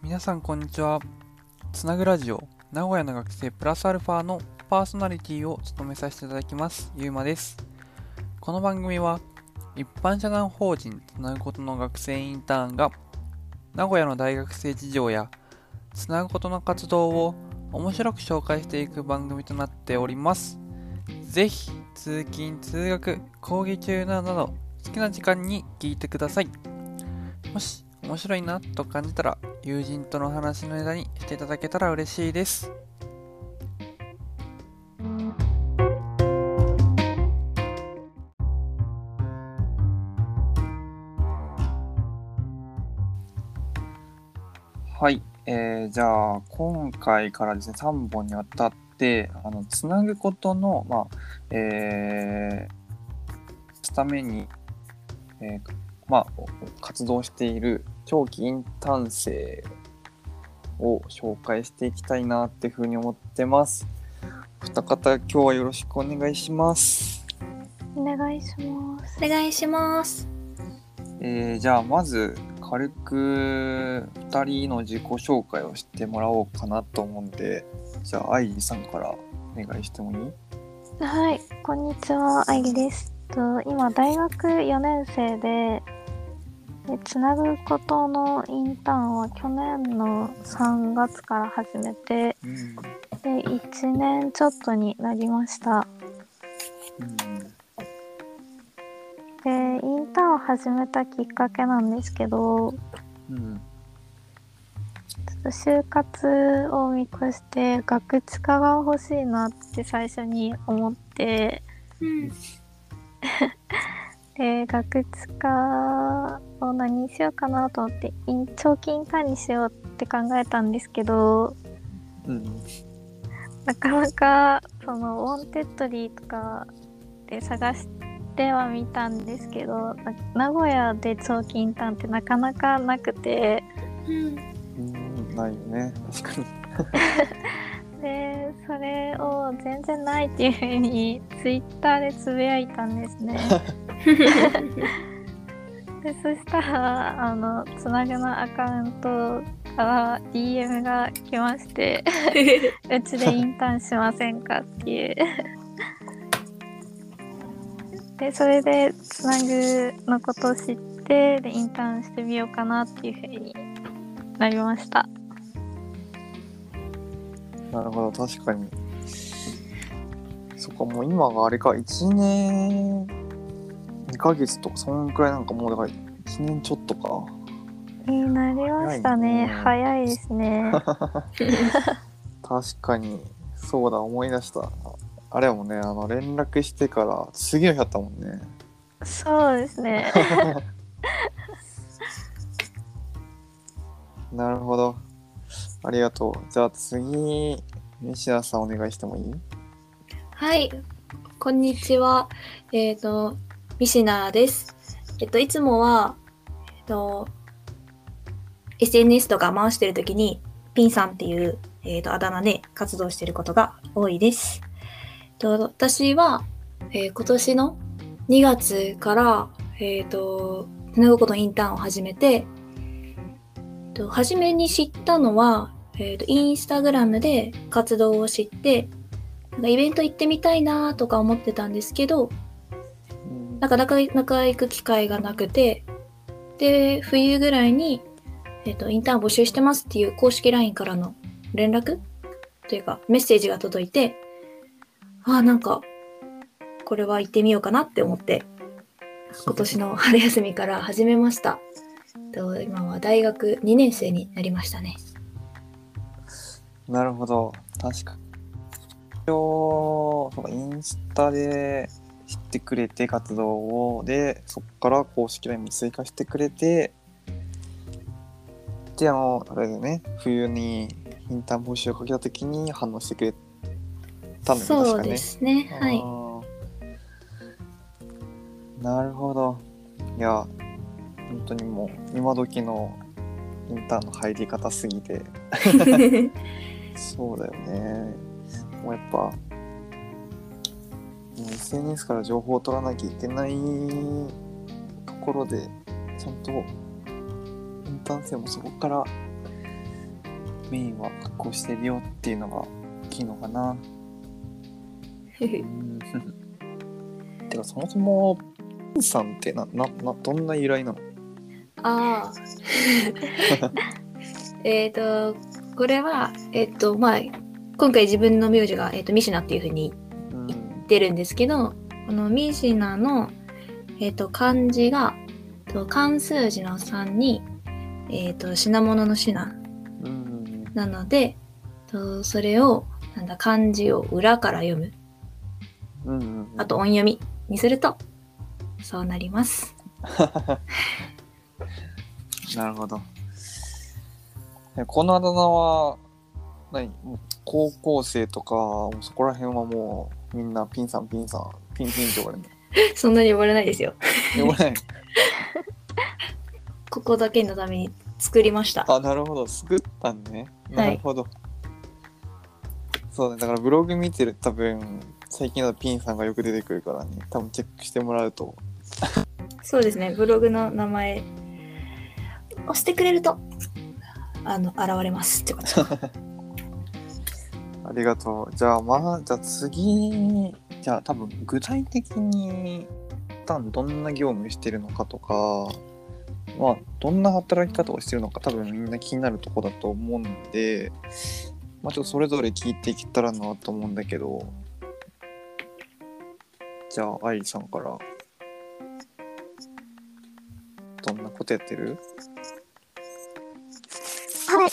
皆さんこんにちは。つなぐラジオ名古屋の学生プラスアルファのパーソナリティを務めさせていただきますゆうまです。この番組は一般社団法人つなぐことの学生インターンが名古屋の大学生事情やつなぐことの活動を面白く紹介していく番組となっております。ぜひ通勤通学講義中など好きな時間に聞いてください。もし面白いなと感じたら友人との話のネタにしていただけたら嬉しいです。はい、じゃあ今回からですね3本にわたってつなぐことのために、活動している長期インターン生を紹介していきたいなっていうふうに思ってます。二方今日はよろしくお願いします。 お願いします。 お願いします。 じゃあまず軽く2人の自己紹介をしてもらおうかなと思うんで、じゃあ愛理さんからお願いしてもいい？ はい、こんにちは、愛理です。今大学4年生でつなぐことのインターンは去年の3月から始めて、で1年ちょっとになりました。でインターンを始めたきっかけなんですけど、ちょっと就活を見越してガクチカが欲しいなって最初に思って、でガクチカを何にしようかなと思って長期インターンにしようって考えたんですけど、なかなかそのウォンテッドリーとかで探してはみたんですけど、名古屋で長期インターンってなかなかなくて、 ないよね、確かに。 でそれを全然ないっていう風にツイッターでつぶやいたんですね。でそしたらつなぐのアカウントから DM が来ましてうちでインターンしませんかっていうでそれでつなぐのことを知ってでインターンしてみようかなっていう風になりました。 なるほど、確かに。そっか、もう今があれか、1年2ヶ月とかそんくらい、なんかもうだから1年ちょっとか。 なりましたね。早いですね。 確かに、そうだ、思い出した。あれもね、連絡してから次の日だったもんね。 そうですね。 なるほど。ありがとう。じゃあ次、西田さんお願いしてもいい？ はい、こんにちは。ミシナです。いつもは、SNS とか回してるときに、ピンさんっていう、あだ名で活動していることが多いです。私は、今年の2月から、つなぐことインターンを始めて、初めに知ったのは、インスタグラムで活動を知って、なんかイベント行ってみたいなとか思ってたんですけど、なかなか行く機会がなくて、で、冬ぐらいに、インターン募集してますっていう公式 LINE からの連絡というかメッセージが届いて、なんか、これは行ってみようかなって思って、今年の春休みから始めました。今は大学2年生になりましたね。 なるほど、確かに。インスタで知ってくれて活動をで、そこから公式 LINE も追加してくれて、であれだね、冬にインターン募集をかけた時に反応してくれたんだね。 そうですね。はい。 なるほど。いや、本当にもう今時のインターンの入り方すぎてそうだよね。もうやっぱSNS から情報を取らなきゃいけないところで、ちゃんとインターン生もそこからメインは確保してるよっていうのが大きいのかな。てかそもそもピンさんってどんな由来なの？ ああこれはまあ今回自分の名字がミシナっていう風に言ってるんですけど、このミシナの漢字が漢数字の3に品物の品なので、それを漢字を裏から読む、あと音読みにするとそうなります。 なるほど。このあだ名はもう高校生とかそこら辺はもうみんなピンさんピンって呼ばれるの？ そんなに呼ばれないですよ。 呼ばれない。 ここだけのために作りました。 あ、なるほど、作ったんね。なるほど。そうね、だからブログ見てる多分最近のピンさんがよく出てくるからね、多分チェックしてもらうと。 そうですね、ブログの名前押してくれると現れますってこと。 ありがとう。じゃあじゃあ次、じゃあ多分具体的にどんな業務してるのかとか、どんな働き方をしてるのか多分みんな気になるとこだと思うんで、ちょっとそれぞれ聞いていけたらなと思うんだけど、じゃあ愛理さんからどんなことやってる？ はい、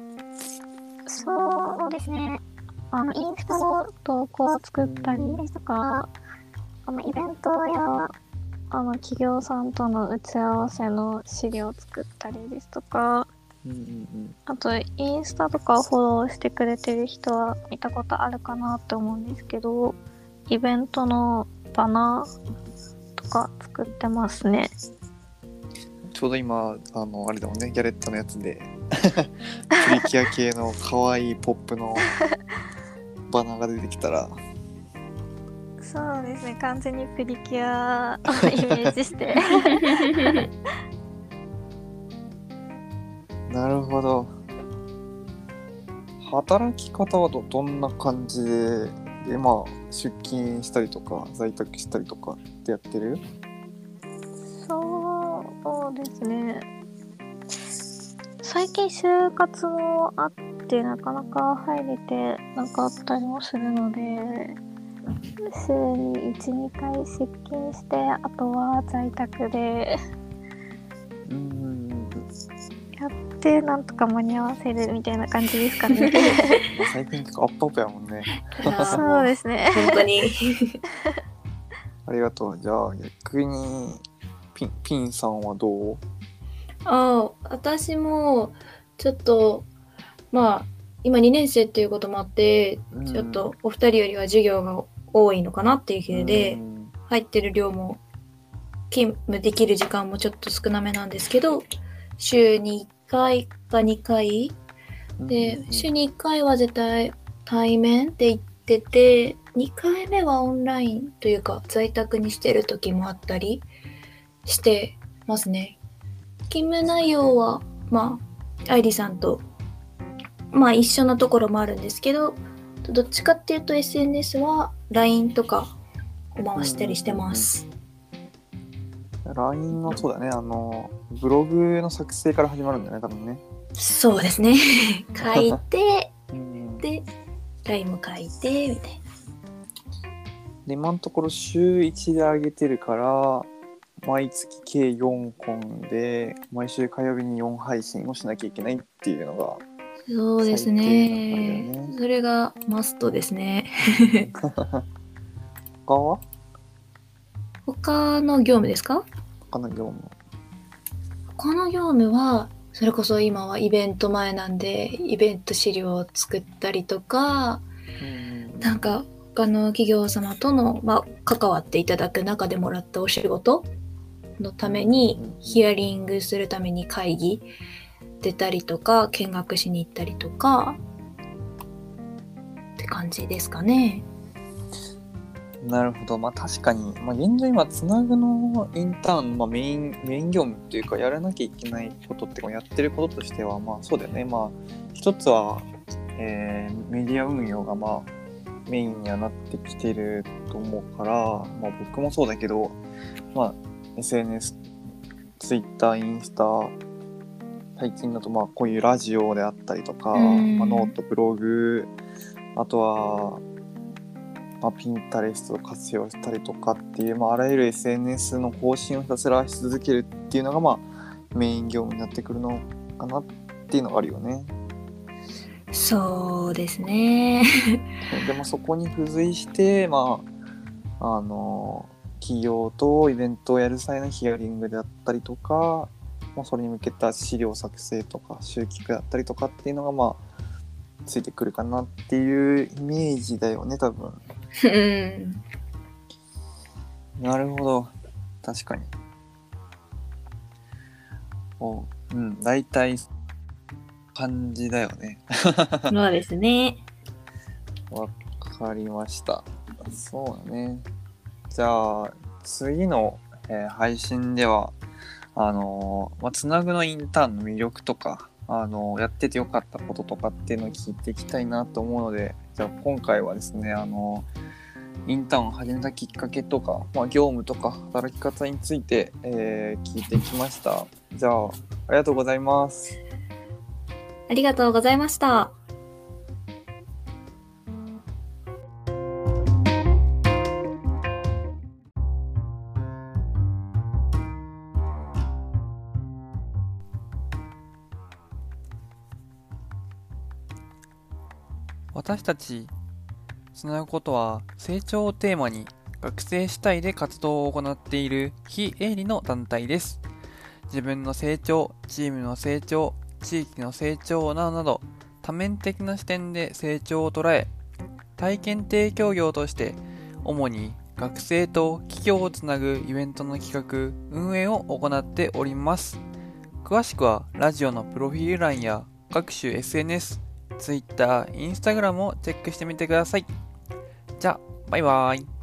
そうですね。インスタの投稿を作ったりですとか、イベントや企業さんとの打ち合わせの資料を作ったりですとか、あとインスタとかフォローしてくれてる人は見たことあるかなと思うんですけど、イベントのバナーとか作ってますね。 ちょうど今あれだもんね、ギャレットのやつでプリキュア系の可愛いポップのバナーが出てきたらそうですね、完全にプリキュアをイメージしてなるほど。働き方はどんな感じで出勤したりとか在宅したりとかってやってる？ そうですね、最近就活もあってなかなか入れてなかったりもするので、週に 1,2 回出勤して、あとは在宅でやってなんとか間に合わせるみたいな感じですかね。 最近結構アップアップやもんね。 そうですね。 本当に。 ありがとう。じゃあ逆にピンさんはどう？ 私もちょっと今2年生っていうこともあって、ちょっとお二人よりは授業が多いのかなっていう風で、入ってる量も勤務できる時間もちょっと少なめなんですけど、週に1回か2回で、週に1回は絶対対面で行ってて、2回目はオンラインというか在宅にしてる時もあったりしてますね。勤務内容は愛理さんと一緒なところもあるんですけど、どっちかっていうと SNS は LINE とかを回したりしてます。 LINE のそうだね、ブログの作成から始まるんだよね、多分ね。 そうですね。書いてで LINE も書いてみたいな。 で今のところ週1で上げてるから毎月計4本で毎週火曜日に4配信をしなきゃいけないっていうのがそうですね。それがマストですね。他の業務ですか？ 他の業務はそれこそ今はイベント前なんでイベント資料を作ったりとか、なんか他の企業様との、関わっていただく中でもらったお仕事のためにヒアリングするために会議出たりとか見学しに行ったりとかって感じですかね。 なるほど。確かに、現状今つなぐのインターン、メイン業務っていうかやらなきゃいけないことってやってることとしてはそうだよね。 一つは、メディア運用がメインにはなってきてると思うから、僕もそうだけど、SNS、Twitter、インスタ、最近だとこういうラジオであったりとか、ノート、ブログ、あとは、ピンタレストを活用したりとかっていう、あらゆる SNS の更新をひたすらし続けるっていうのが、メイン業務になってくるのかなっていうのがあるよね。 そうですね。 でもそこに付随して、企業とイベントをやる際のヒアリングであったりとか、それに向けた資料作成とか集客だったりとかっていうのがついてくるかなっていうイメージだよね、多分。なるほど、確かに。大体感じだよね。 そうですね。 わかりました。そうだね。じゃあ次の、配信ではつなぐのインターンの魅力とかやっててよかったこととかっていうのを聞いていきたいなと思うので、じゃあ今回はですねインターンを始めたきっかけとか、業務とか働き方について、聞いてきました。じゃあありがとうございます。 ありがとうございました。 私たちつなぐことは成長をテーマに学生主体で活動を行っている非営利の団体です。自分の成長、チームの成長、地域の成長などなど多面的な視点で成長を捉え、体験提供業として主に学生と企業をつなぐイベントの企画・運営を行っております。詳しくはラジオのプロフィール欄や各種 SNS、Twitter、Instagram をチェックしてみてください。じゃあ、バイバイ。